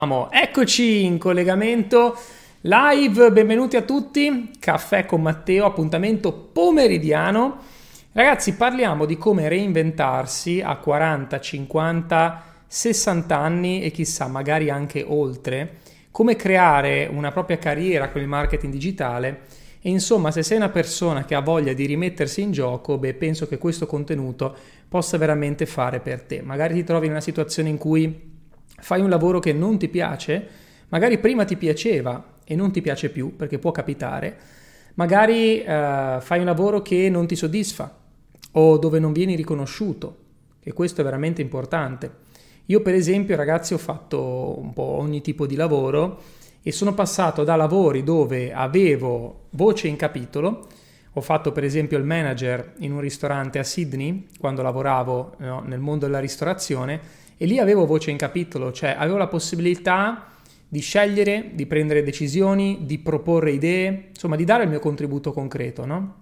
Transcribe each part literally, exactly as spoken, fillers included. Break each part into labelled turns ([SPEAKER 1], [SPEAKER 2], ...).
[SPEAKER 1] Eccoci in collegamento live, benvenuti a tutti, Caffè con Matteo, appuntamento pomeridiano. Ragazzi, parliamo di come reinventarsi a quaranta, cinquanta, sessanta anni e chissà, magari anche oltre, come creare una propria carriera con il marketing digitale e insomma, se sei una persona che ha voglia di rimettersi in gioco, beh, penso che questo contenuto possa veramente fare per te. Magari ti trovi in una situazione in cui fai un lavoro che non ti piace, magari prima ti piaceva e non ti piace più, perché può capitare, magari eh, fai un lavoro che non ti soddisfa o dove non vieni riconosciuto, e questo è veramente importante. Io per esempio, ragazzi, ho fatto un po' ogni tipo di lavoro e sono passato da lavori dove avevo voce in capitolo. Ho fatto per esempio il manager in un ristorante a Sydney quando lavoravo, no, nel mondo della ristorazione, e lì avevo voce in capitolo, cioè avevo la possibilità di scegliere, di prendere decisioni, di proporre idee, insomma di dare il mio contributo concreto, no?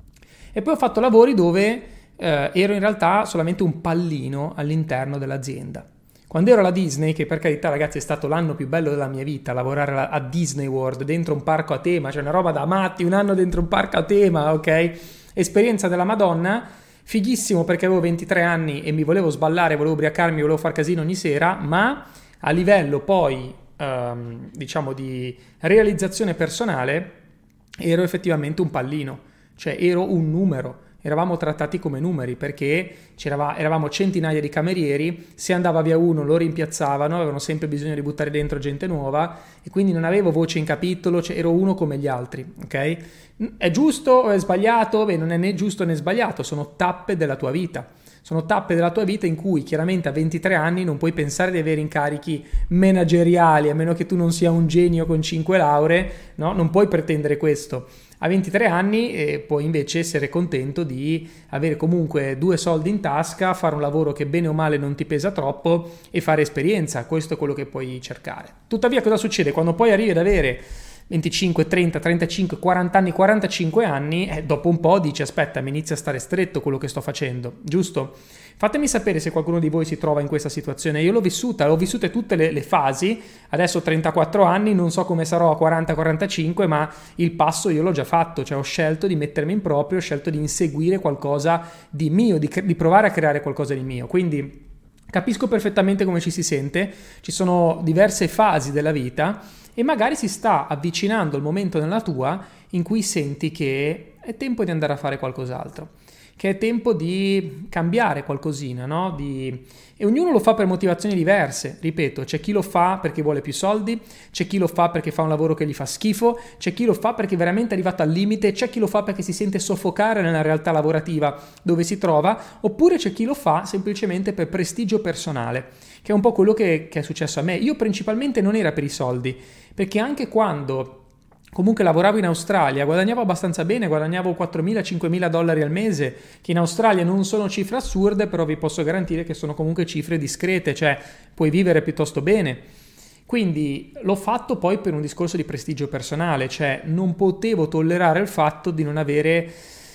[SPEAKER 1] E poi ho fatto lavori dove eh, ero in realtà solamente un pallino all'interno dell'azienda. Quando ero alla Disney, che per carità ragazzi è stato l'anno più bello della mia vita, lavorare a Disney World, dentro un parco a tema, cioè una roba da matti, un anno dentro un parco a tema, ok? Esperienza della Madonna, fighissimo perché avevo ventitré anni e mi volevo sballare, volevo ubriacarmi, volevo far casino ogni sera, ma a livello poi, ehm, diciamo, di realizzazione personale, ero effettivamente un pallino, cioè ero un numero. Eravamo trattati come numeri perché c'eravamo, eravamo centinaia di camerieri, se andava via uno lo rimpiazzavano, avevano sempre bisogno di buttare dentro gente nuova e quindi non avevo voce in capitolo, cioè ero uno come gli altri, ok? È giusto o è sbagliato? Beh, non è né giusto né sbagliato, sono tappe della tua vita. Sono tappe della tua vita in cui chiaramente a ventitré anni non puoi pensare di avere incarichi manageriali, a meno che tu non sia un genio con cinque lauree, no? Non puoi pretendere questo. A ventitré anni eh, puoi invece essere contento di avere comunque due soldi in tasca, fare un lavoro che bene o male non ti pesa troppo e fare esperienza. Questo è quello che puoi cercare. Tuttavia cosa succede? Quando poi arrivi ad avere venticinque, trenta, trentacinque, quaranta anni, quarantacinque anni, eh, dopo un po' dici aspetta, mi inizia a stare stretto quello che sto facendo, giusto? Fatemi sapere se qualcuno di voi si trova in questa situazione. Io l'ho vissuta, l'ho vissute tutte le, le fasi, adesso ho trentaquattro anni, non so come sarò a quaranta quarantacinque, ma il passo io l'ho già fatto, cioè ho scelto di mettermi in proprio, ho scelto di inseguire qualcosa di mio, di, di provare a creare qualcosa di mio, quindi capisco perfettamente come ci si sente, ci sono diverse fasi della vita e magari si sta avvicinando il momento nella tua in cui senti che è tempo di andare a fare qualcos'altro, che è tempo di cambiare qualcosina, no? Di... E ognuno lo fa per motivazioni diverse, ripeto, c'è chi lo fa perché vuole più soldi, c'è chi lo fa perché fa un lavoro che gli fa schifo, c'è chi lo fa perché è veramente arrivato al limite, c'è chi lo fa perché si sente soffocare nella realtà lavorativa dove si trova, oppure c'è chi lo fa semplicemente per prestigio personale, che è un po' quello che, che è successo a me. Io principalmente non era per i soldi, perché anche quando comunque lavoravo in Australia, guadagnavo abbastanza bene, guadagnavo quattromila cinquemila dollari al mese, che in Australia non sono cifre assurde, però vi posso garantire che sono comunque cifre discrete, cioè puoi vivere piuttosto bene. Quindi l'ho fatto poi per un discorso di prestigio personale, cioè non potevo tollerare il fatto di non avere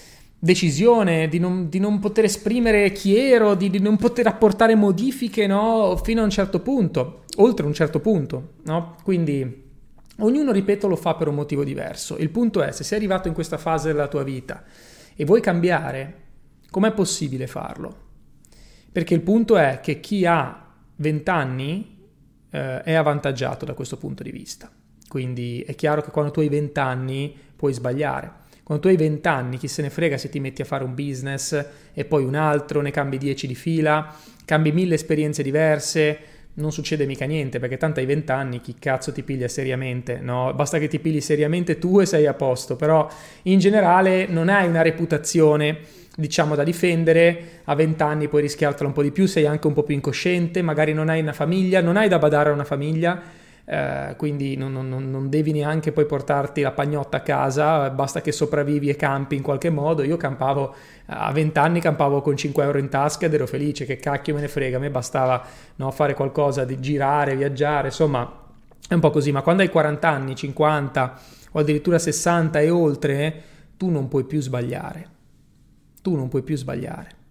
[SPEAKER 1] decisione, di non, di non poter esprimere chi ero, di, di non poter apportare modifiche, no? Fino a un certo punto, oltre un certo punto, no? Quindi ognuno, ripeto, lo fa per un motivo diverso. Il punto è, se sei arrivato in questa fase della tua vita e vuoi cambiare, com'è possibile farlo? Perché il punto è che chi ha venti anni eh, è avvantaggiato da questo punto di vista. Quindi è chiaro che quando tu hai venti anni puoi sbagliare. Quando tu hai venti anni, chi se ne frega se ti metti a fare un business e poi un altro, ne cambi dieci di fila, cambi mille esperienze diverse, non succede mica niente, perché tanto hai venti anni, chi cazzo ti piglia seriamente, no? Basta che ti pigli seriamente tu e sei a posto, però in generale non hai una reputazione, diciamo, da difendere, a venti anni puoi rischiartela un po' di più, sei anche un po' più incosciente, magari non hai una famiglia, non hai da badare a una famiglia, eh, quindi non, non, non devi neanche poi portarti la pagnotta a casa, basta che sopravvivi e campi in qualche modo. Io campavo a venti anni, campavo con cinque euro in tasca ed ero felice, che cacchio me ne frega, a me bastava, no, fare qualcosa, di girare, viaggiare, insomma è un po' così. Ma quando hai quaranta anni, cinquanta o addirittura sessanta e oltre, tu non puoi più sbagliare, tu non puoi più sbagliare.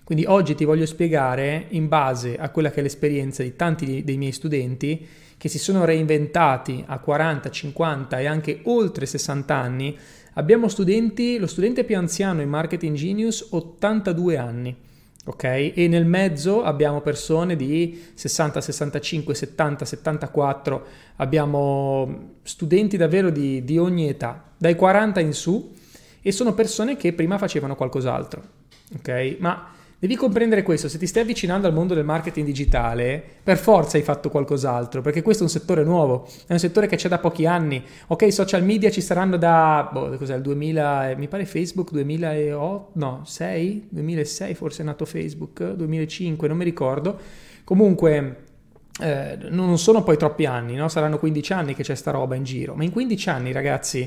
[SPEAKER 1] Quindi oggi ti voglio spiegare, in base a quella che è l'esperienza di tanti dei miei studenti che si sono reinventati a quaranta, cinquanta e anche oltre sessanta anni. Abbiamo studenti, lo studente più anziano in Marketing Genius, ottantadue anni, ok? E nel mezzo abbiamo persone di sessanta, sessantacinque, settanta, settantaquattro, abbiamo studenti davvero di, di ogni età, dai quaranta in su, e sono persone che prima facevano qualcos'altro, ok? Ma devi comprendere questo: se ti stai avvicinando al mondo del marketing digitale, per forza hai fatto qualcos'altro, perché questo è un settore nuovo, è un settore che c'è da pochi anni. Ok, i social media ci saranno da, boh, cos'è, il duemila, mi pare Facebook duemilaotto, no, sei? duemilasei forse è nato Facebook, duemilacinque, non mi ricordo. Comunque eh, non sono poi troppi anni, no? Saranno quindici anni che c'è sta roba in giro, ma in quindici anni, ragazzi,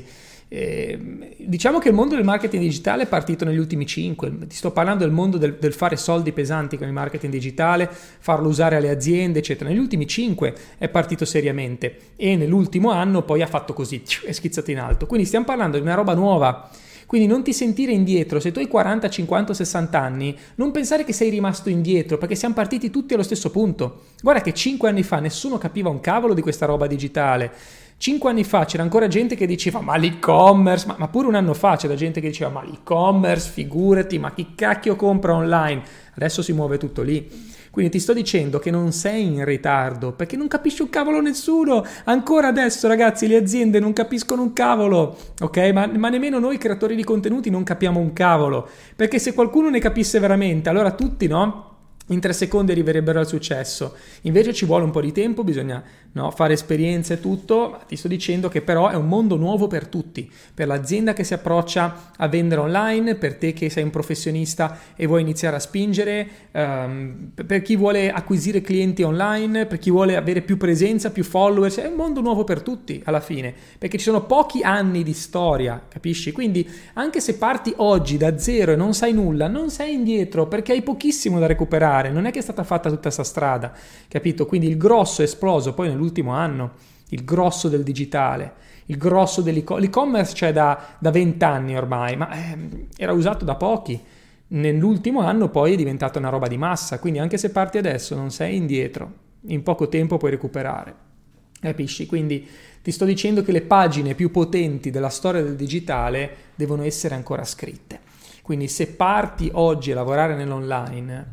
[SPEAKER 1] Eh, diciamo che il mondo del marketing digitale è partito negli ultimi cinque. Ti sto parlando del mondo del, del fare soldi pesanti con il marketing digitale, farlo usare alle aziende, eccetera. Negli ultimi cinque è partito seriamente e nell'ultimo anno poi ha fatto così, è schizzato in alto. Quindi stiamo parlando di una roba nuova. Quindi non ti sentire indietro. Se tu hai quaranta, cinquanta, sessanta anni, non pensare che sei rimasto indietro, perché siamo partiti tutti allo stesso punto. Guarda che cinque anni fa nessuno capiva un cavolo di questa roba digitale. Cinque anni fa c'era ancora gente che diceva ma l'e-commerce, ma, ma pure un anno fa c'era gente che diceva ma l'e-commerce, figurati, ma chi cacchio compra online? Adesso si muove tutto lì. Quindi ti sto dicendo che non sei in ritardo, perché non capisce un cavolo nessuno. Ancora adesso, ragazzi, le aziende non capiscono un cavolo, ok? Ma, ma nemmeno noi creatori di contenuti non capiamo un cavolo, perché se qualcuno ne capisse veramente, allora tutti, no? In tre secondi arriverebbero al successo. Invece ci vuole un po' di tempo, bisogna, no, fare esperienze e tutto. Ma ti sto dicendo che però è un mondo nuovo per tutti, per l'azienda che si approccia a vendere online, per te che sei un professionista e vuoi iniziare a spingere, um, per chi vuole acquisire clienti online, per chi vuole avere più presenza, più followers. È un mondo nuovo per tutti alla fine, perché ci sono pochi anni di storia, capisci? Quindi anche se parti oggi da zero e non sai nulla, non sei indietro, perché hai pochissimo da recuperare. Non è che è stata fatta tutta questa strada, capito? Quindi il grosso è esploso poi nell'ultimo anno, il grosso del digitale, il grosso dell'e-commerce. L'e-commerce c'è da venti anni ormai, ma eh, era usato da pochi. Nell'ultimo anno poi è diventata una roba di massa, quindi anche se parti adesso non sei indietro, in poco tempo puoi recuperare, capisci? Quindi ti sto dicendo che le pagine più potenti della storia del digitale devono essere ancora scritte. Quindi se parti oggi a lavorare nell'online,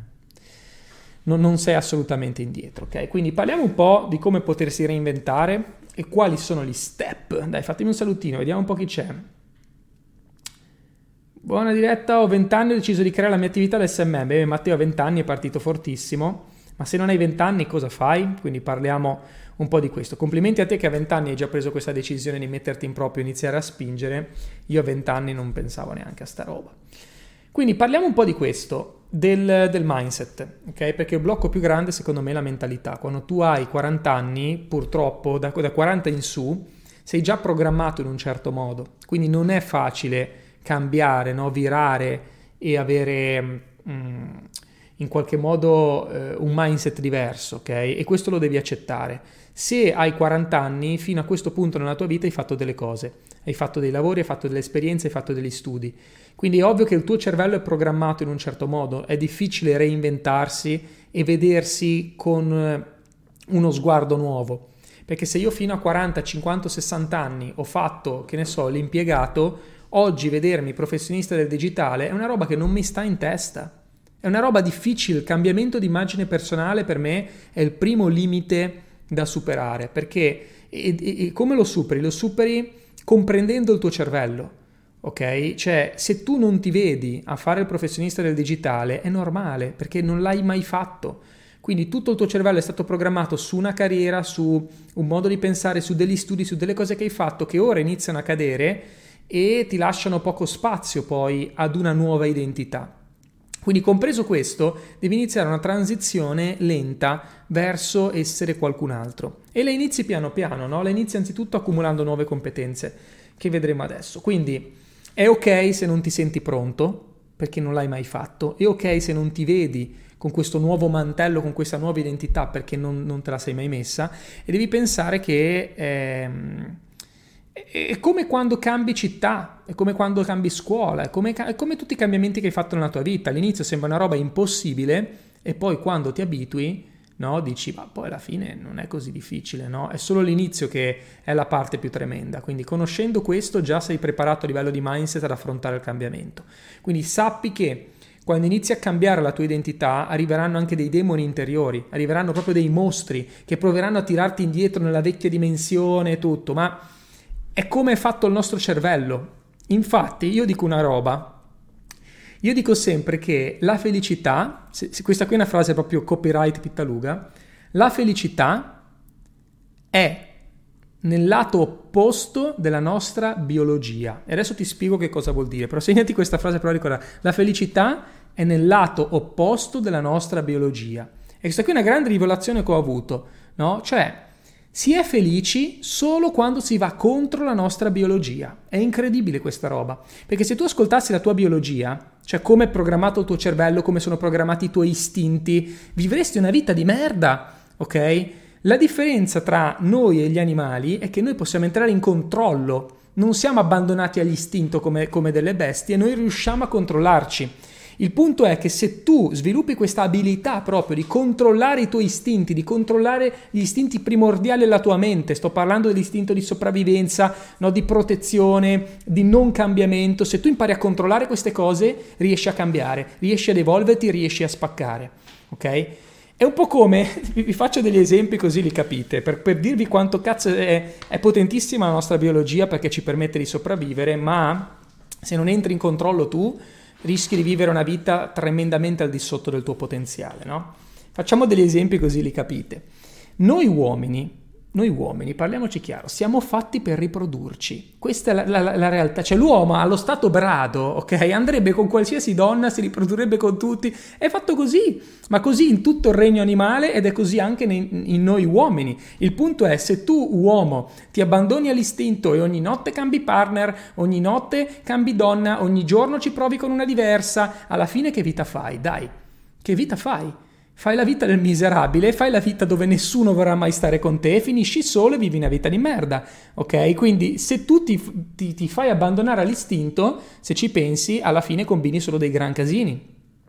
[SPEAKER 1] Non, non sei assolutamente indietro, ok? Quindi parliamo un po' di come potersi reinventare e quali sono gli step. Dai, fatemi un salutino, vediamo un po' chi c'è. Buona diretta, ho venti anni, ho deciso di creare la mia attività da S M M. Beh, Matteo a venti anni è partito fortissimo, ma se non hai venti anni cosa fai? Quindi parliamo un po' di questo. Complimenti a te che a venti anni hai già preso questa decisione di metterti in proprio e iniziare a spingere. Io a venti anni non pensavo neanche a sta roba. Quindi parliamo un po' di questo, del, del mindset, ok? Perché il blocco più grande secondo me è la mentalità. Quando tu hai quaranta anni, purtroppo da, da quaranta in su, sei già programmato in un certo modo. Quindi non è facile cambiare, no? Virare e avere mm, in qualche modo eh, un mindset diverso, ok? E questo lo devi accettare. Se hai quaranta anni, fino a questo punto nella tua vita hai fatto delle cose, hai fatto dei lavori, hai fatto delle esperienze, hai fatto degli studi. Quindi è ovvio che il tuo cervello è programmato in un certo modo, è difficile reinventarsi e vedersi con uno sguardo nuovo. Perché se io fino a quaranta, cinquanta, sessanta anni ho fatto, che ne so, l'impiegato, oggi vedermi professionista del digitale è una roba che non mi sta in testa. È una roba difficile, il cambiamento di immagine personale per me è il primo limite da superare, perché e, e, e come lo superi? Lo superi comprendendo il tuo cervello, ok? Cioè, se tu non ti vedi a fare il professionista del digitale è normale, perché non l'hai mai fatto. Quindi tutto il tuo cervello è stato programmato su una carriera, su un modo di pensare, su degli studi, su delle cose che hai fatto che ora iniziano a cadere e ti lasciano poco spazio poi ad una nuova identità. Quindi compreso questo, devi iniziare una transizione lenta verso essere qualcun altro. E la inizi piano piano, no? La inizi anzitutto accumulando nuove competenze, che vedremo adesso. Quindi è ok se non ti senti pronto, perché non l'hai mai fatto. È ok se non ti vedi con questo nuovo mantello, con questa nuova identità, perché non, non te la sei mai messa. E devi pensare che... Ehm, È come quando cambi città, è come quando cambi scuola, è come, è come tutti i cambiamenti che hai fatto nella tua vita. All'inizio sembra una roba impossibile e poi quando ti abitui, no, dici, ma poi alla fine non è così difficile, no? È solo l'inizio che è la parte più tremenda. Quindi conoscendo questo già sei preparato a livello di mindset ad affrontare il cambiamento. Quindi sappi che quando inizi a cambiare la tua identità arriveranno anche dei demoni interiori, arriveranno proprio dei mostri che proveranno a tirarti indietro nella vecchia dimensione e tutto, ma è come è fatto il nostro cervello. Infatti io dico una roba, io dico sempre che la felicità, se, se questa qui è una frase proprio copyright Pittaluga, la felicità è nel lato opposto della nostra biologia. E adesso ti spiego che cosa vuol dire, però segnati questa frase, però ricorda, la felicità è nel lato opposto della nostra biologia. E questa qui è una grande rivelazione che ho avuto, no? Cioè, si è felici solo quando si va contro la nostra biologia. È incredibile questa roba, perché se tu ascoltassi la tua biologia, cioè come è programmato il tuo cervello, come sono programmati i tuoi istinti, vivresti una vita di merda, ok? La differenza tra noi e gli animali è che noi possiamo entrare in controllo, non siamo abbandonati all'istinto come, come delle bestie, noi riusciamo a controllarci. Il punto è che se tu sviluppi questa abilità proprio di controllare i tuoi istinti, di controllare gli istinti primordiali della tua mente, sto parlando dell'istinto di sopravvivenza, no, di protezione, di non cambiamento, se tu impari a controllare queste cose riesci a cambiare, riesci ad evolverti, riesci a spaccare, ok? È un po' come, vi faccio degli esempi così li capite, per, per dirvi quanto cazzo è, è potentissima la nostra biologia perché ci permette di sopravvivere, ma se non entri in controllo tu, rischi di vivere una vita tremendamente al di sotto del tuo potenziale, no? Facciamo degli esempi così li capite. Noi uomini, noi uomini, parliamoci chiaro, siamo fatti per riprodurci. Questa è la, la, la realtà. Cioè l'uomo allo stato brado, ok? Andrebbe con qualsiasi donna, si riprodurrebbe con tutti. È fatto così, ma così in tutto il regno animale ed è così anche nei, in noi uomini. Il punto è, se tu uomo ti abbandoni all'istinto e ogni notte cambi partner, ogni notte cambi donna, ogni giorno ci provi con una diversa, alla fine che vita fai? Dai, che vita fai? Fai la vita del miserabile, fai la vita dove nessuno vorrà mai stare con te, finisci solo e vivi una vita di merda, ok? Quindi se tu ti, ti, ti fai abbandonare all'istinto, se ci pensi, alla fine combini solo dei gran casini.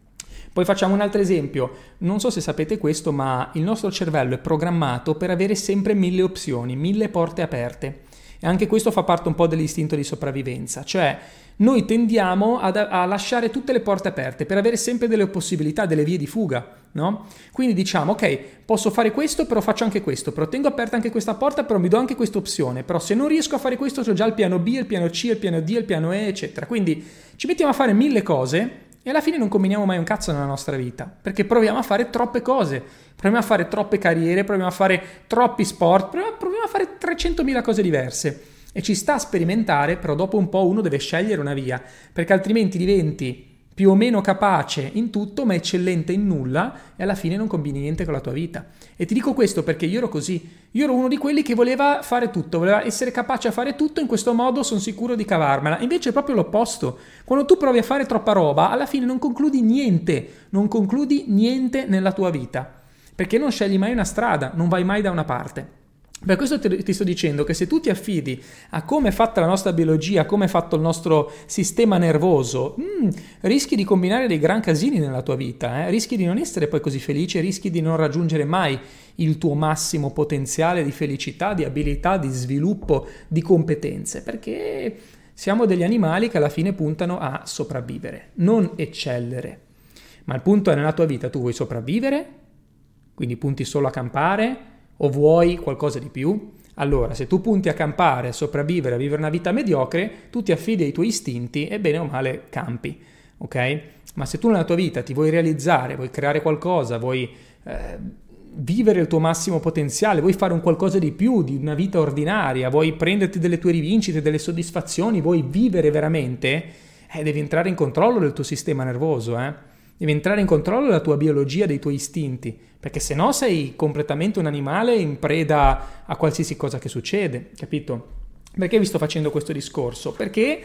[SPEAKER 1] Poi facciamo un altro esempio, non so se sapete questo, ma il nostro cervello è programmato per avere sempre mille opzioni, mille porte aperte. E anche questo fa parte un po' dell'istinto di sopravvivenza, cioè noi tendiamo ad, a lasciare tutte le porte aperte per avere sempre delle possibilità, delle vie di fuga, no? Quindi diciamo, ok, posso fare questo, però faccio anche questo, però tengo aperta anche questa porta, però mi do anche questa opzione, però se non riesco a fare questo ho già il piano B, il piano C, il piano D, il piano E, eccetera. Quindi ci mettiamo a fare mille cose e alla fine non combiniamo mai un cazzo nella nostra vita, perché proviamo a fare troppe cose, proviamo a fare troppe carriere, proviamo a fare troppi sport, proviamo a fare trecentomila cose diverse. E ci sta a sperimentare, però dopo un po' uno deve scegliere una via, perché altrimenti diventi più o meno capace in tutto, ma eccellente in nulla, e alla fine non combini niente con la tua vita. E ti dico questo perché io ero così, io ero uno di quelli che voleva fare tutto, voleva essere capace a fare tutto, in questo modo sono sicuro di cavarmela. Invece è proprio l'opposto, quando tu provi a fare troppa roba, alla fine non concludi niente, non concludi niente nella tua vita, perché non scegli mai una strada, non vai mai da una parte. Per questo ti sto dicendo che se tu ti affidi a come è fatta la nostra biologia, a come è fatto il nostro sistema nervoso, mm, rischi di combinare dei gran casini nella tua vita, eh? Rischi di non essere poi così felice, rischi di non raggiungere mai il tuo massimo potenziale di felicità, di abilità, di sviluppo, di competenze, perché siamo degli animali che alla fine puntano a sopravvivere, non eccellere. Ma il punto è, nella tua vita tu vuoi sopravvivere, quindi punti solo a campare, o vuoi qualcosa di più? Allora, se tu punti a campare, a sopravvivere, a vivere una vita mediocre, tu ti affidi ai tuoi istinti e bene o male campi, ok? Ma se tu nella tua vita ti vuoi realizzare, vuoi creare qualcosa, vuoi eh, vivere il tuo massimo potenziale, vuoi fare un qualcosa di più di una vita ordinaria, vuoi prenderti delle tue rivincite, delle soddisfazioni, vuoi vivere veramente, eh, devi entrare in controllo del tuo sistema nervoso, eh? Devi entrare in controllo della tua biologia, dei tuoi istinti, perché se no sei completamente un animale in preda a qualsiasi cosa che succede, capito? Perché vi sto facendo questo discorso? Perché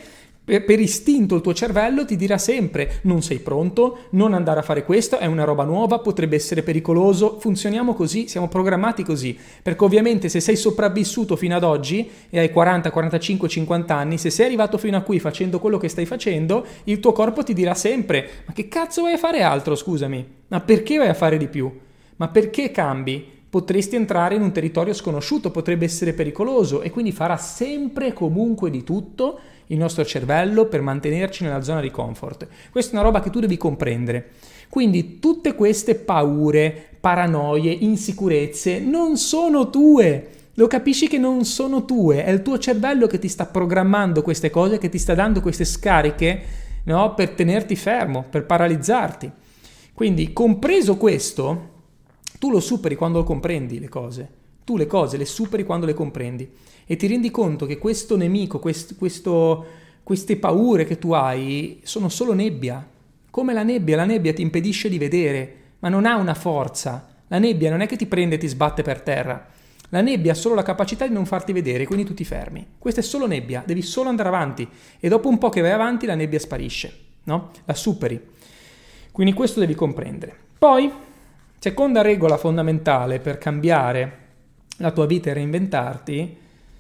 [SPEAKER 1] Per, per istinto il tuo cervello ti dirà sempre non sei pronto, non andare a fare questo, è una roba nuova, potrebbe essere pericoloso. Funzioniamo così, siamo programmati così, perché ovviamente se sei sopravvissuto fino ad oggi e hai quaranta, quarantacinque, cinquanta anni, se sei arrivato fino a qui facendo quello che stai facendo, il tuo corpo ti dirà sempre ma che cazzo vai a fare altro, scusami? Ma perché vai a fare di più? Ma perché cambi? Potresti entrare in un territorio sconosciuto, potrebbe essere pericoloso, e quindi farà sempre e comunque di tutto il nostro cervello per mantenerci nella zona di comfort. Questa è una roba che tu devi comprendere. Quindi tutte queste paure, paranoie, insicurezze non sono tue. Lo capisci che non sono tue, è il tuo cervello che ti sta programmando queste cose, che ti sta dando queste scariche, no? Per tenerti fermo, per paralizzarti. Quindi, compreso questo, tu lo superi quando lo comprendi le cose. Tu le cose le superi quando le comprendi e ti rendi conto che questo nemico, quest, questo, queste paure che tu hai sono solo nebbia. Come la nebbia, la nebbia ti impedisce di vedere, ma non ha una forza. La nebbia non è che ti prende e ti sbatte per terra. La nebbia ha solo la capacità di non farti vedere, quindi tu ti fermi. Questa è solo nebbia, devi solo andare avanti e dopo un po' che vai avanti la nebbia sparisce, no? La superi. Quindi questo devi comprendere. Poi, seconda regola fondamentale per cambiare la tua vita e reinventarti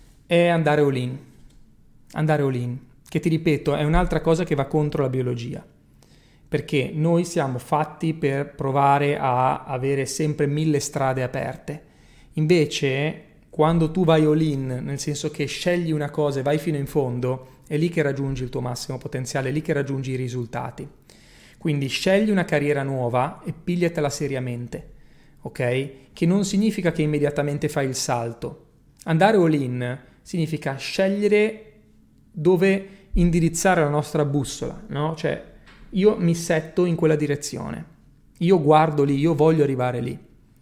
[SPEAKER 1] è andare all in. Andare all in, che ti ripeto è un'altra cosa che va contro la biologia, perché noi siamo fatti per provare a avere sempre mille strade aperte. Invece quando tu vai all in, nel senso che scegli una cosa e vai fino in fondo, è lì che raggiungi il tuo massimo potenziale, è lì che raggiungi i risultati. Quindi scegli una carriera nuova e pigliatela seriamente, ok? Che non significa che immediatamente fai il salto. Andare all in significa scegliere dove indirizzare la nostra bussola, no? Cioè, io mi setto in quella direzione, io guardo lì, io voglio arrivare lì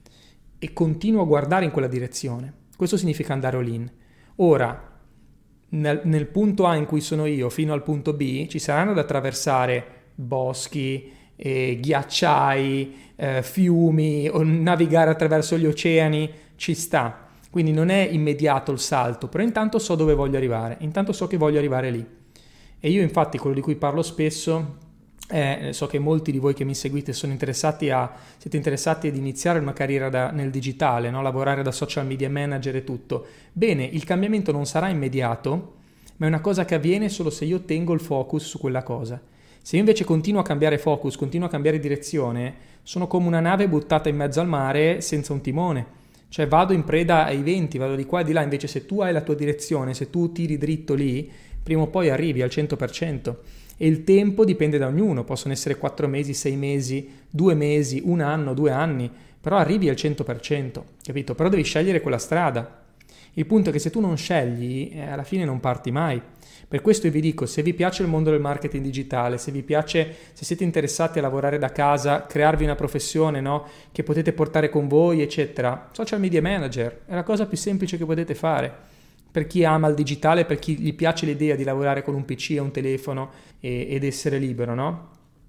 [SPEAKER 1] e continuo a guardare in quella direzione. Questo significa andare all in. Ora, nel, nel punto A in cui sono io fino al punto B ci saranno da attraversare boschi, eh, ghiacciai, eh, fiumi, o navigare attraverso gli oceani, ci sta. Quindi non è immediato il salto, però intanto so dove voglio arrivare, intanto so che voglio arrivare lì. E io infatti quello di cui parlo spesso, eh, so che molti di voi che mi seguite sono interessati a, siete interessati ad iniziare una carriera da, nel digitale, no? Lavorare da social media manager e tutto. Bene, il cambiamento non sarà immediato, ma è una cosa che avviene solo se io tengo il focus su quella cosa. Se io invece continuo a cambiare focus, continuo a cambiare direzione, sono come una nave buttata in mezzo al mare senza un timone. Cioè vado in preda ai venti, vado di qua e di là. Invece se tu hai la tua direzione, se tu tiri dritto lì, prima o poi arrivi al cento per cento. E il tempo dipende da ognuno, possono essere quattro mesi, sei mesi, due mesi, un anno, due anni, però arrivi al cento per cento, capito? Però devi scegliere quella strada. Il punto è che se tu non scegli, eh, alla fine non parti mai. Per questo io vi dico, se vi piace il mondo del marketing digitale, se vi piace, se siete interessati a lavorare da casa, crearvi una professione, no, che potete portare con voi, eccetera, social media manager è la cosa più semplice che potete fare. Per chi ama il digitale, per chi gli piace l'idea di lavorare con un P C e un telefono e, ed essere libero, no?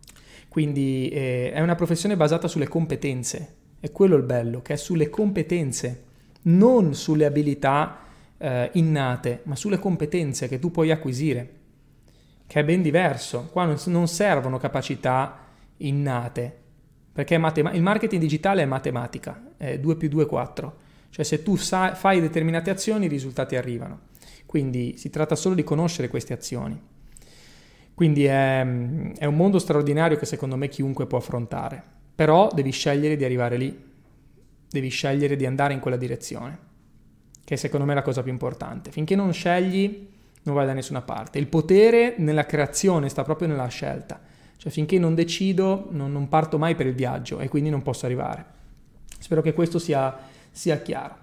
[SPEAKER 1] Quindi eh, è una professione basata sulle competenze, è quello il bello, che è sulle competenze, non sulle abilità eh, innate, ma sulle competenze che tu puoi acquisire, che è ben diverso. Qua non, non servono capacità innate, perché matema- il marketing digitale è matematica, è due più due quattro, cioè se tu sai, fai determinate azioni i risultati arrivano, quindi si tratta solo di conoscere queste azioni. Quindi è, è un mondo straordinario che secondo me chiunque può affrontare, però devi scegliere di arrivare lì, devi scegliere di andare in quella direzione, che secondo me è la cosa più importante. Finché non scegli non vai da nessuna parte. Il potere nella creazione sta proprio nella scelta, cioè finché non decido non, non parto mai per il viaggio e quindi non posso arrivare. Spero che questo sia, sia chiaro.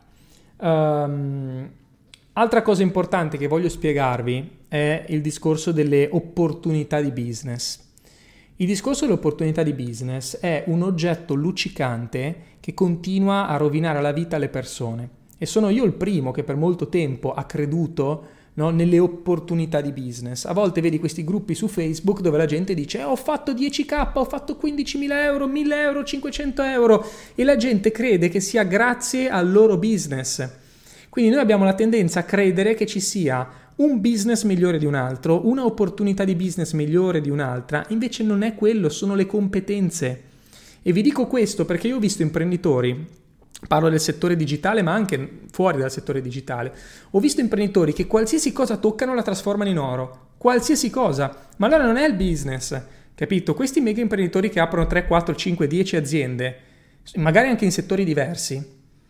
[SPEAKER 1] Um, altra cosa importante che voglio spiegarvi è il discorso delle opportunità di business. Il discorso delle opportunità di business è un oggetto luccicante che continua a rovinare la vita alle persone. E sono io il primo che per molto tempo ha creduto, no, nelle opportunità di business. A volte vedi questi gruppi su Facebook dove la gente dice eh, ho fatto dieci k, ho fatto quindicimila euro, mille euro, cinquecento euro, e la gente crede che sia grazie al loro business. Quindi noi abbiamo la tendenza a credere che ci sia un business migliore di un altro, una opportunità di business migliore di un'altra, invece non è quello, sono le competenze. E vi dico questo perché io ho visto imprenditori, parlo del settore digitale ma anche fuori dal settore digitale, ho visto imprenditori che qualsiasi cosa toccano la trasformano in oro, qualsiasi cosa, ma allora non è il business, capito? Questi mega imprenditori che aprono tre, quattro, cinque, dieci aziende, magari anche in settori diversi,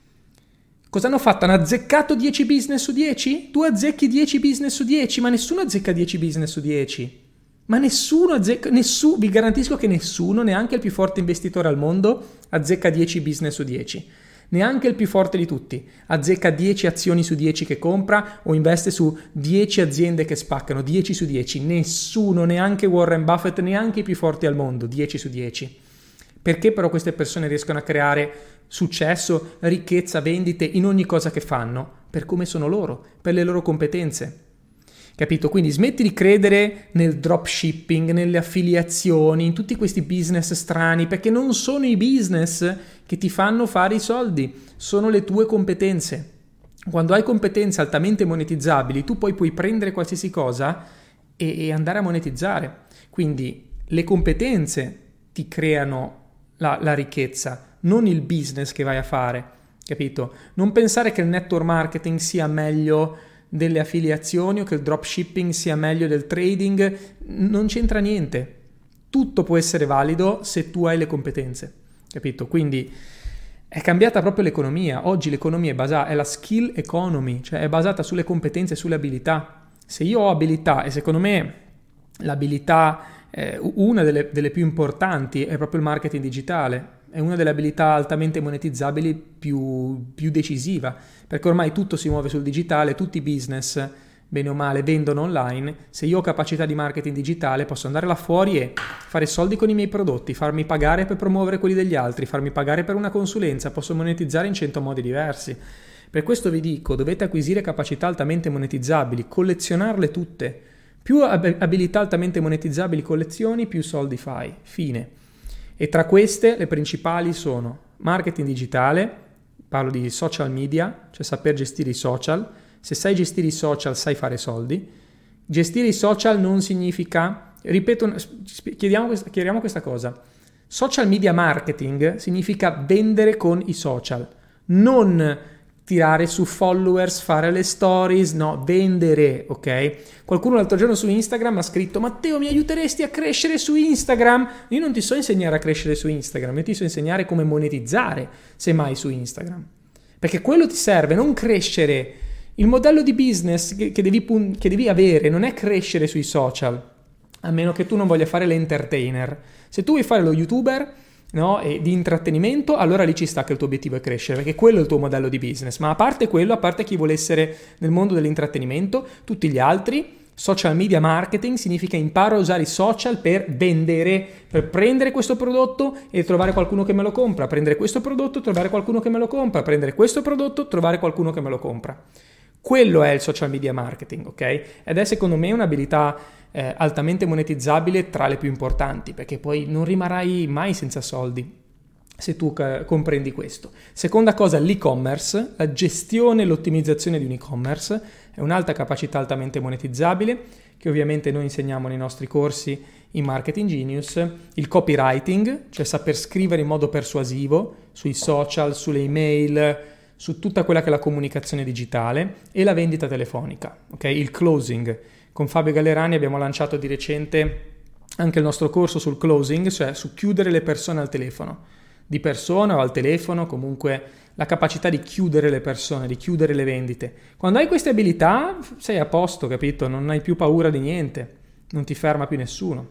[SPEAKER 1] cosa hanno fatto? Hanno azzeccato dieci business su dieci? Tu azzecchi dieci business su dieci, ma nessuno azzecca dieci business su dieci. Ma nessuno azzecca, nessuno, vi garantisco che nessuno, neanche il più forte investitore al mondo, azzecca dieci business su dieci. Neanche il più forte di tutti azzecca dieci azioni su dieci che compra o investe su dieci aziende che spaccano, dieci su dieci. Nessuno, neanche Warren Buffett, neanche i più forti al mondo, dieci su dieci. Perché però queste persone riescono a creare successo, ricchezza, vendite in ogni cosa che fanno? Per come sono loro, per le loro competenze. Capito? Quindi smetti di credere nel dropshipping, nelle affiliazioni, in tutti questi business strani, perché non sono i business che ti fanno fare i soldi, sono le tue competenze. Quando hai competenze altamente monetizzabili, tu poi puoi prendere qualsiasi cosa e, e andare a monetizzare. Quindi le competenze ti creano la, la ricchezza, non il business che vai a fare, capito? Non pensare che il network marketing sia meglio delle affiliazioni o che il dropshipping sia meglio del trading, non c'entra niente. Tutto può essere valido se tu hai le competenze, capito? Quindi è cambiata proprio l'economia. Oggi l'economia è basata, è la skill economy, cioè è basata sulle competenze e sulle abilità. Se io ho abilità, e secondo me l'abilità, eh, una delle, delle più importanti è proprio il marketing digitale, è una delle abilità altamente monetizzabili più, più decisiva, perché ormai tutto si muove sul digitale, tutti i business, bene o male, vendono online. Se io ho capacità di marketing digitale posso andare là fuori e fare soldi con i miei prodotti, farmi pagare per promuovere quelli degli altri, farmi pagare per una consulenza, posso monetizzare in cento modi diversi. Per questo vi dico, dovete acquisire capacità altamente monetizzabili, collezionarle tutte. Più ab- abilità altamente monetizzabili collezioni, più soldi fai. Fine. E tra queste le principali sono marketing digitale, parlo di social media, cioè saper gestire i social. Se sai gestire i social sai fare soldi. Gestire i social non significa, ripeto, chiediamo questa, chiariamo questa cosa, social media marketing significa vendere con i social, non tirare su followers, fare le stories, no, vendere, ok? Qualcuno l'altro giorno su Instagram ha scritto: Matteo, mi aiuteresti a crescere su Instagram? Io non ti so insegnare a crescere su Instagram, io ti so insegnare come monetizzare, semmai, su Instagram. Perché quello ti serve, non crescere. Il modello di business che, che, devi, che devi avere non è crescere sui social, a meno che tu non voglia fare l'entertainer. Se tu vuoi fare lo youtuber, no, e di intrattenimento, allora lì ci sta che il tuo obiettivo è crescere, perché quello è il tuo modello di business. Ma a parte quello, a parte chi vuole essere nel mondo dell'intrattenimento, tutti gli altri, social media marketing significa imparo a usare i social per vendere, per prendere questo prodotto e trovare qualcuno che me lo compra, prendere questo prodotto, trovare qualcuno che me lo compra, prendere questo prodotto, trovare qualcuno che me lo compra. Quello è il social media marketing, ok? Ed è secondo me un'abilità eh, altamente monetizzabile, tra le più importanti, perché poi non rimarrai mai senza soldi se tu eh, comprendi questo. Seconda cosa, l'e-commerce, la gestione e l'ottimizzazione di un e-commerce è un'alta capacità altamente monetizzabile che ovviamente noi insegniamo nei nostri corsi in Marketing Genius. Il copywriting, cioè saper scrivere in modo persuasivo sui social, sulle email, su tutta quella che è la comunicazione digitale, e la vendita telefonica, ok? Il closing. Con Fabio Gallerani abbiamo lanciato di recente anche il nostro corso sul closing, cioè su chiudere le persone al telefono, di persona o al telefono, comunque la capacità di chiudere le persone, di chiudere le vendite. Quando hai queste abilità sei a posto, capito? Non hai più paura di niente, non ti ferma più nessuno.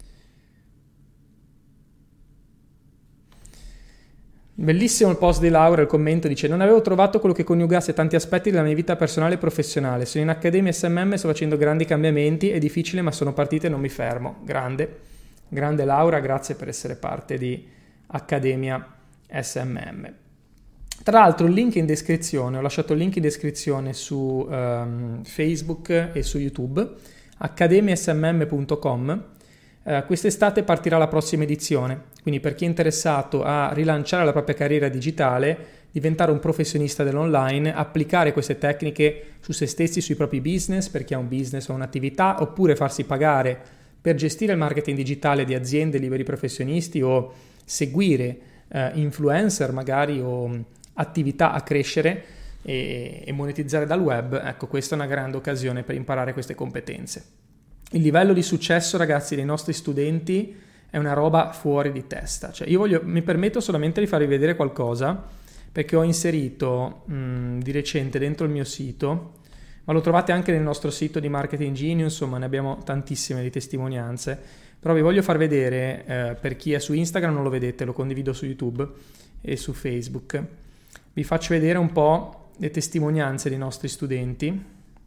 [SPEAKER 1] Bellissimo il post di Laura, il commento dice: non avevo trovato quello che coniugasse tanti aspetti della mia vita personale e professionale, sono in Accademia S M M, sto facendo grandi cambiamenti, è difficile ma sono partita e non mi fermo. Grande, grande Laura, grazie per essere parte di Accademia S M M. Tra l'altro il link in descrizione, ho lasciato il link in descrizione su um, Facebook e su YouTube, accademia s m m punto com. Uh, quest'estate partirà la prossima edizione, quindi per chi è interessato a rilanciare la propria carriera digitale, diventare un professionista dell'online, applicare queste tecniche su se stessi, sui propri business, per chi ha un business o un'attività, oppure farsi pagare per gestire il marketing digitale di aziende, liberi professionisti o seguire uh, influencer magari o attività a crescere e, e monetizzare dal web. Ecco, questa è una grande occasione per imparare queste competenze. Il livello di successo, ragazzi, dei nostri studenti è una roba fuori di testa. Cioè, io voglio, mi permetto solamente di farvi vedere qualcosa, perché ho inserito mh, di recente dentro il mio sito, ma lo trovate anche nel nostro sito di Marketing Genius, insomma ne abbiamo tantissime di testimonianze, però vi voglio far vedere, eh, per chi è su Instagram non lo vedete, lo condivido su YouTube e su Facebook. Vi faccio vedere un po' le testimonianze dei nostri studenti.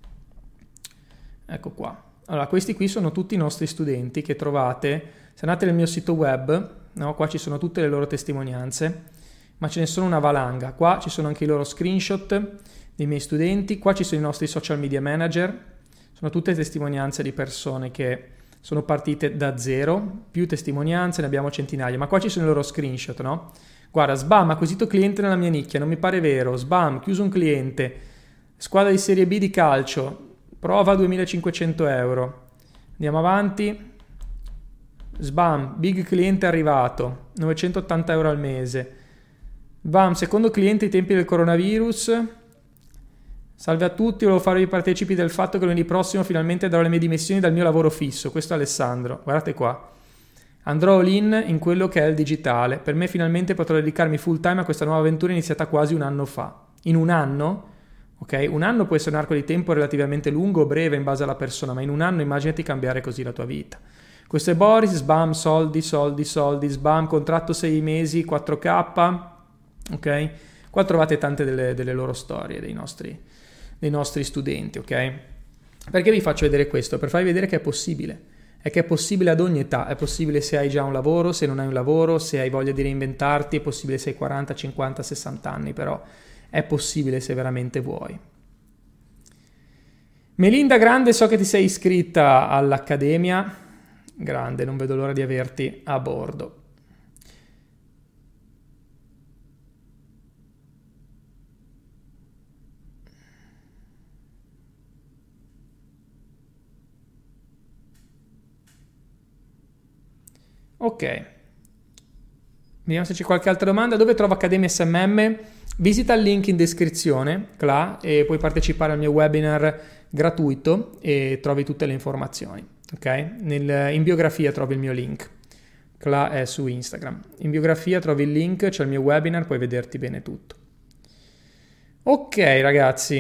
[SPEAKER 1] Ecco qua. Allora, questi qui sono tutti i nostri studenti che trovate, se andate nel mio sito web, no? Qua ci sono tutte le loro testimonianze, ma ce ne sono una valanga. Qua ci sono anche i loro screenshot dei miei studenti, qua ci sono i nostri social media manager, sono tutte testimonianze di persone che sono partite da zero, più testimonianze, ne abbiamo centinaia, ma qua ci sono i loro screenshot, no? Guarda, sbam, acquisito cliente nella mia nicchia, non mi pare vero, sbam, chiuso un cliente, squadra di Serie B di calcio, prova duemilacinquecento euro. Andiamo avanti. Sbam, big cliente arrivato, novecentottanta euro al mese. Bam, secondo cliente ai tempi del coronavirus. Salve a tutti, volevo farvi partecipi del fatto che lunedì prossimo finalmente darò le mie dimissioni dal mio lavoro fisso. Questo è Alessandro, guardate qua. Andrò all-in in quello che è il digitale. Per me finalmente potrò dedicarmi full time a questa nuova avventura iniziata quasi un anno fa. In un anno? Ok, un anno può essere un arco di tempo relativamente lungo o breve in base alla persona, ma in un anno immaginati cambiare così la tua vita. Questo è Boris, sbam, soldi, soldi, soldi, sbam, contratto sei mesi, quattro K, ok? Qua trovate tante delle, delle loro storie, dei nostri, dei nostri studenti, ok? Perché vi faccio vedere questo? Per farvi vedere che è possibile, è che è possibile ad ogni età, è possibile se hai già un lavoro, se non hai un lavoro, se hai voglia di reinventarti, è possibile se hai quaranta, cinquanta, sessanta anni, però è possibile se veramente vuoi. Melinda Grande, so che ti sei iscritta all'Accademia. Grande, non vedo l'ora di averti a bordo. Ok. Vediamo se c'è qualche altra domanda. Dove trovo Accademia S M M? Visita il link in descrizione, là, e puoi partecipare al mio webinar gratuito e trovi tutte le informazioni. Ok? Nel, in biografia trovi il mio link. Là è su Instagram. In biografia trovi il link, c'è il mio webinar, puoi vederti bene tutto. Ok, ragazzi.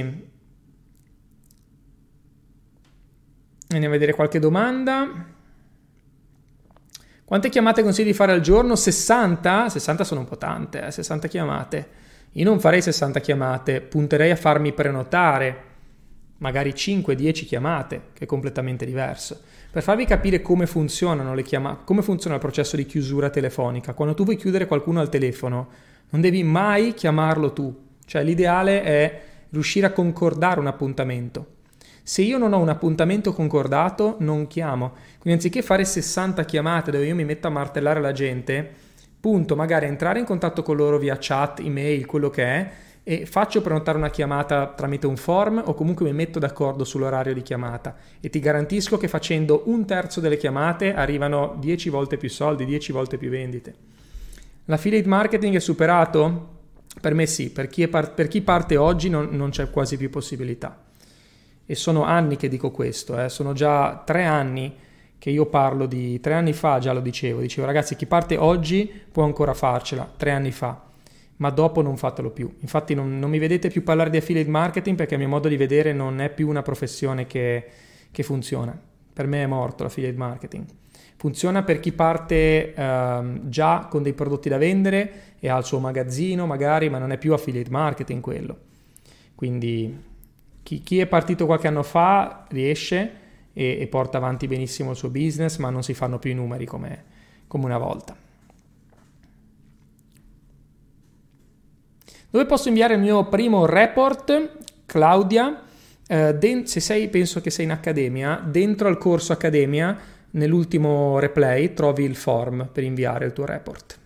[SPEAKER 1] Andiamo a vedere qualche domanda. Quante chiamate consigli di fare al giorno? sessanta? sessanta sono un po' tante, eh? sessanta chiamate. Io non farei sessanta chiamate, punterei a farmi prenotare, magari cinque dieci chiamate, che è completamente diverso. Per farvi capire come funzionano le chiamate, come funziona il processo di chiusura telefonica. Quando tu vuoi chiudere qualcuno al telefono, non devi mai chiamarlo tu. Cioè l'ideale è riuscire a concordare un appuntamento. Se io non ho un appuntamento concordato, non chiamo. Quindi anziché fare sessanta chiamate dove io mi metto a martellare la gente, punto magari a entrare in contatto con loro via chat, email, quello che è, e faccio prenotare una chiamata tramite un form o comunque mi metto d'accordo sull'orario di chiamata e ti garantisco che facendo un terzo delle chiamate arrivano dieci volte più soldi, dieci volte più vendite. L'affiliate marketing è superato? Per me sì, per chi, è par- per chi parte oggi non, non c'è quasi più possibilità. E sono anni che dico questo, eh. Sono già tre anni che io parlo di, tre anni fa già lo dicevo, dicevo ragazzi chi parte oggi può ancora farcela, tre anni fa, ma dopo non fatelo più. Infatti non, non mi vedete più parlare di affiliate marketing perché a mio modo di vedere non è più una professione che, che funziona. Per me è morto l'affiliate marketing. Funziona per chi parte ehm, già con dei prodotti da vendere e ha il suo magazzino magari, ma non è più affiliate marketing quello. Quindi chi, chi è partito qualche anno fa riesce e, e porta avanti benissimo il suo business, ma non si fanno più i numeri come, come una volta. Dove posso inviare il mio primo report? Claudia, eh, den- se sei, penso che sei in Accademia, dentro al corso Accademia nell'ultimo replay trovi il form per inviare il tuo report.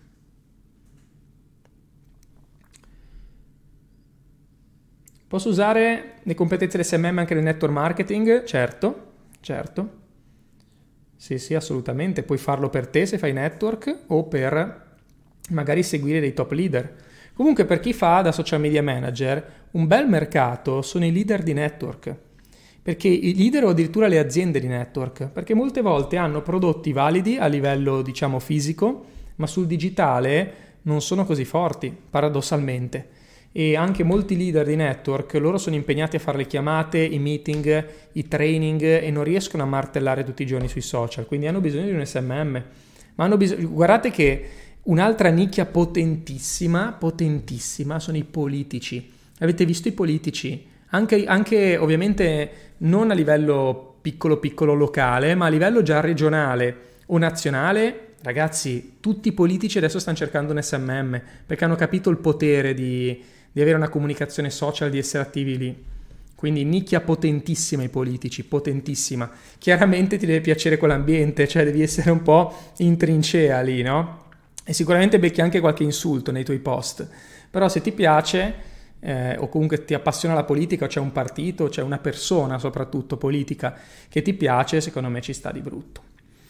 [SPEAKER 1] Posso usare le competenze dell'S M M anche nel network marketing? Certo, certo. Sì, sì, assolutamente. Puoi farlo per te se fai network o per magari seguire dei top leader. Comunque per chi fa da social media manager, un bel mercato sono i leader di network. Perché i leader o addirittura le aziende di network, perché molte volte hanno prodotti validi a livello, diciamo, fisico, ma sul digitale non sono così forti, paradossalmente. E anche molti leader di network, loro sono impegnati a fare le chiamate, i meeting, i training e non riescono a martellare tutti i giorni sui social, quindi hanno bisogno di un S M M. Ma hanno bisogno, guardate che un'altra nicchia potentissima, potentissima sono i politici. Avete visto i politici? Anche, anche ovviamente non a livello piccolo piccolo locale, ma a livello già regionale o nazionale. Ragazzi, tutti i politici adesso stanno cercando un S M M perché hanno capito il potere di, di avere una comunicazione social, di essere attivi lì. Quindi nicchia potentissima i politici, potentissima. Chiaramente ti deve piacere quell'ambiente, cioè devi essere un po' in trincea lì, no? E sicuramente becchi anche qualche insulto nei tuoi post. Però se ti piace, eh, o comunque ti appassiona la politica, o c'è un partito, o c'è una persona soprattutto politica che ti piace, secondo me ci sta di brutto.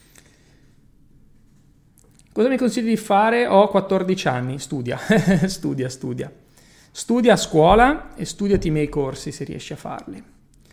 [SPEAKER 1] Cosa mi consigli di fare? Ho quattordici anni, studia, studia, studia. Studia a scuola e studiati i miei corsi se riesci a farli.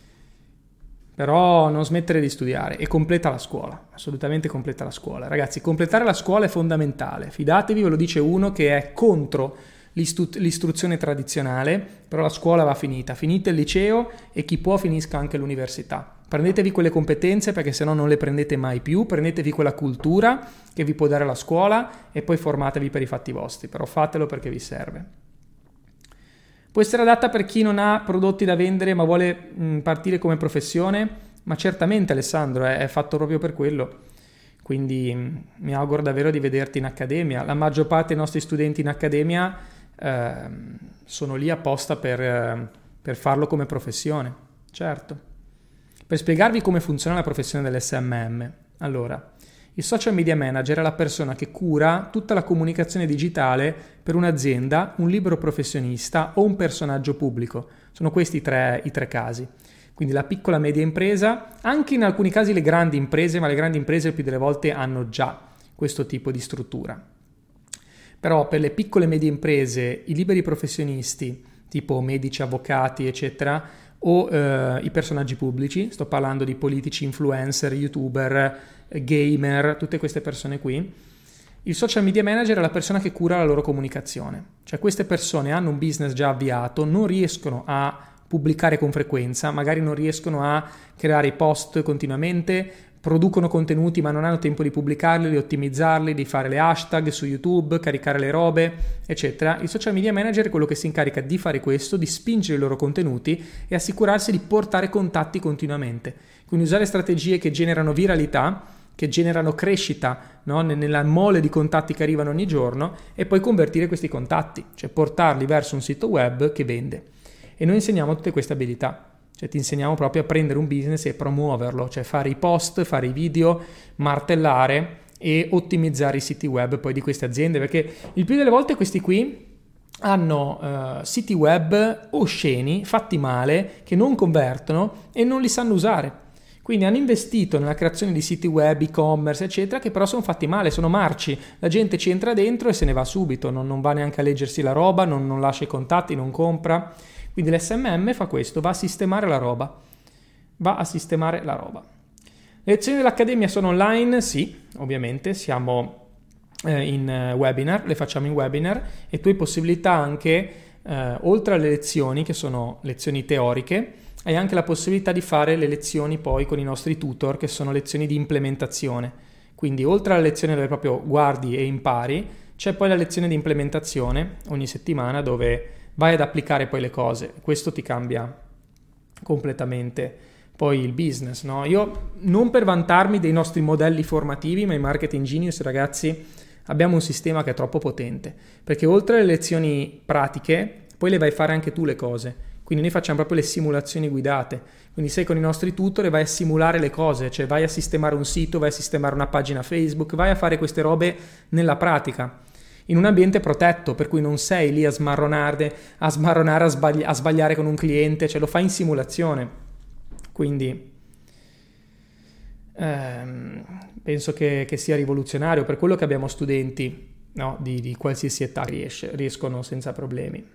[SPEAKER 1] Però non smettere di studiare e completa la scuola, assolutamente completa la scuola. Ragazzi, completare la scuola è fondamentale. Fidatevi, ve lo dice uno che è contro l'istru- l'istruzione tradizionale, però la scuola va finita. Finite il liceo e chi può finisca anche l'università. Prendetevi quelle competenze perché sennò non le prendete mai più, prendetevi quella cultura che vi può dare la scuola e poi formatevi per i fatti vostri, però fatelo perché vi serve. Può essere adatta per chi non ha prodotti da vendere ma vuole mh, partire come professione? Ma certamente Alessandro, è, è fatto proprio per quello, quindi mh, mi auguro davvero di vederti in accademia. La maggior parte dei nostri studenti in accademia eh, sono lì apposta per, eh, per farlo come professione, certo. Per spiegarvi come funziona la professione dell'S M M, allora, il social media manager è la persona che cura tutta la comunicazione digitale per un'azienda, un libero professionista o un personaggio pubblico. Sono questi i tre, i tre casi. Quindi la piccola e media impresa, anche in alcuni casi le grandi imprese, ma le grandi imprese il più delle volte hanno già questo tipo di struttura. Però per le piccole e medie imprese, i liberi professionisti, tipo medici, avvocati, eccetera, o eh, i personaggi pubblici, sto parlando di politici, influencer, youtuber, gamer, tutte queste persone qui, il social media manager è la persona che cura la loro comunicazione. Cioè queste persone hanno un business già avviato, non riescono a pubblicare con frequenza, magari non riescono a creare i post continuamente, producono contenuti ma non hanno tempo di pubblicarli, di ottimizzarli, di fare le hashtag su YouTube, caricare le robe, eccetera. Il social media manager è quello che si incarica di fare questo, di spingere i loro contenuti e assicurarsi di portare contatti continuamente. Quindi usare strategie che generano viralità, che generano crescita, no? Nella mole di contatti che arrivano ogni giorno e poi convertire questi contatti, cioè portarli verso un sito web che vende. E noi insegniamo tutte queste abilità. Cioè ti insegniamo proprio a prendere un business e promuoverlo, cioè fare i post, fare i video, martellare e ottimizzare i siti web poi di queste aziende, perché il più delle volte questi qui hanno uh, siti web osceni, fatti male, che non convertono e non li sanno usare. Quindi hanno investito nella creazione di siti web, e-commerce, eccetera, che però sono fatti male, sono marci. La gente ci entra dentro e se ne va subito, non, non va neanche a leggersi la roba, non, non lascia i contatti, non compra. Quindi l'S M M fa questo, va a sistemare la roba, va a sistemare la roba. Le lezioni dell'Accademia sono online? Sì, ovviamente, siamo eh, in webinar, le facciamo in webinar e tu hai possibilità anche, eh, oltre alle lezioni, che sono lezioni teoriche, hai anche la possibilità di fare le lezioni poi con i nostri tutor, che sono lezioni di implementazione. Quindi oltre alla lezione dove proprio guardi e impari, c'è poi la lezione di implementazione ogni settimana dove vai ad applicare poi le cose, questo ti cambia completamente poi il business, no? Io non per vantarmi dei nostri modelli formativi, ma in Marketing Genius, ragazzi, abbiamo un sistema che è troppo potente, perché oltre alle lezioni pratiche, poi le vai a fare anche tu le cose. Quindi noi facciamo proprio le simulazioni guidate. Quindi sei con i nostri tutor e vai a simulare le cose, cioè vai a sistemare un sito, vai a sistemare una pagina Facebook, vai a fare queste robe nella pratica, in un ambiente protetto, per cui non sei lì a smarronare, a smarronare, a, sbagli- a sbagliare con un cliente, cioè lo fai in simulazione. Quindi ehm, penso che, che sia rivoluzionario, per quello che abbiamo studenti, no, di, di qualsiasi età riesce, riescono senza problemi.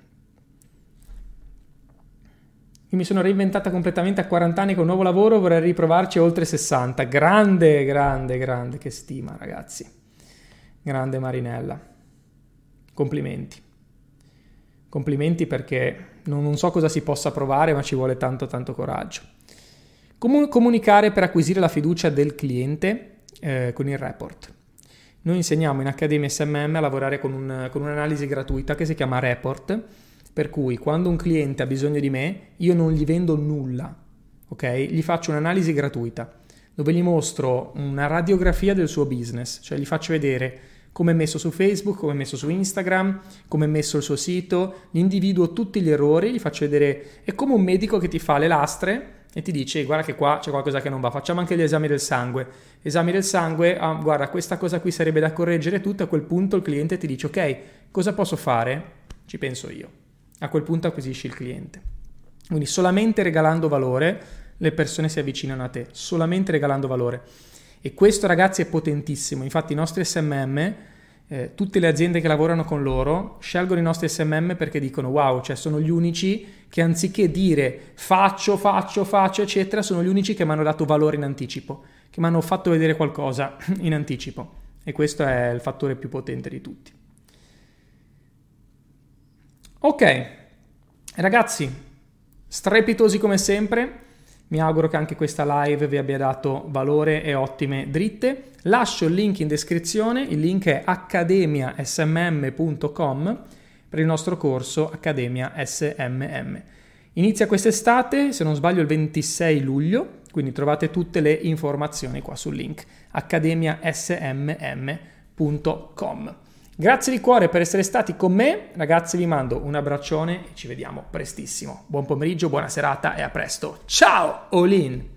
[SPEAKER 1] Mi sono reinventata completamente a quaranta anni con un nuovo lavoro, vorrei riprovarci a oltre sessanta. Grande, grande, grande, che stima, ragazzi. Grande Marinella. Complimenti. Complimenti perché non, non so cosa si possa provare, ma ci vuole tanto, tanto coraggio. Comun- comunicare per acquisire la fiducia del cliente eh, con il report. Noi insegniamo in Accademia S M M a lavorare con, un, con un'analisi gratuita che si chiama Report, per cui quando un cliente ha bisogno di me, io non gli vendo nulla, ok? Gli faccio un'analisi gratuita, dove gli mostro una radiografia del suo business, cioè gli faccio vedere come è messo su Facebook, come è messo su Instagram, come è messo il suo sito, gli individuo tutti gli errori, gli faccio vedere, è come un medico che ti fa le lastre e ti dice guarda che qua c'è qualcosa che non va, facciamo anche gli esami del sangue, esami del sangue, ah, guarda questa cosa qui sarebbe da correggere tutto, a quel punto il cliente ti dice ok, cosa posso fare? Ci penso io. A quel punto acquisisci il cliente. Quindi solamente regalando valore le persone si avvicinano a te, solamente regalando valore. E questo, ragazzi, è potentissimo. Infatti i nostri S M M, eh, tutte le aziende che lavorano con loro scelgono i nostri S M M perché dicono wow, cioè sono gli unici che anziché dire faccio, faccio, faccio, eccetera, sono gli unici che mi hanno dato valore in anticipo, che mi hanno fatto vedere qualcosa in anticipo. E questo è il fattore più potente di tutti. Ok, ragazzi, strepitosi come sempre, mi auguro che anche questa live vi abbia dato valore e ottime dritte. Lascio il link in descrizione, il link è accademia s m m punto com per il nostro corso Accademia S M M. Inizia quest'estate, se non sbaglio il ventisei luglio, quindi trovate tutte le informazioni qua sul link accademia s m m punto com. Grazie di cuore per essere stati con me, ragazzi, vi mando un abbraccione e ci vediamo prestissimo. Buon pomeriggio, buona serata e a presto. Ciao, all in!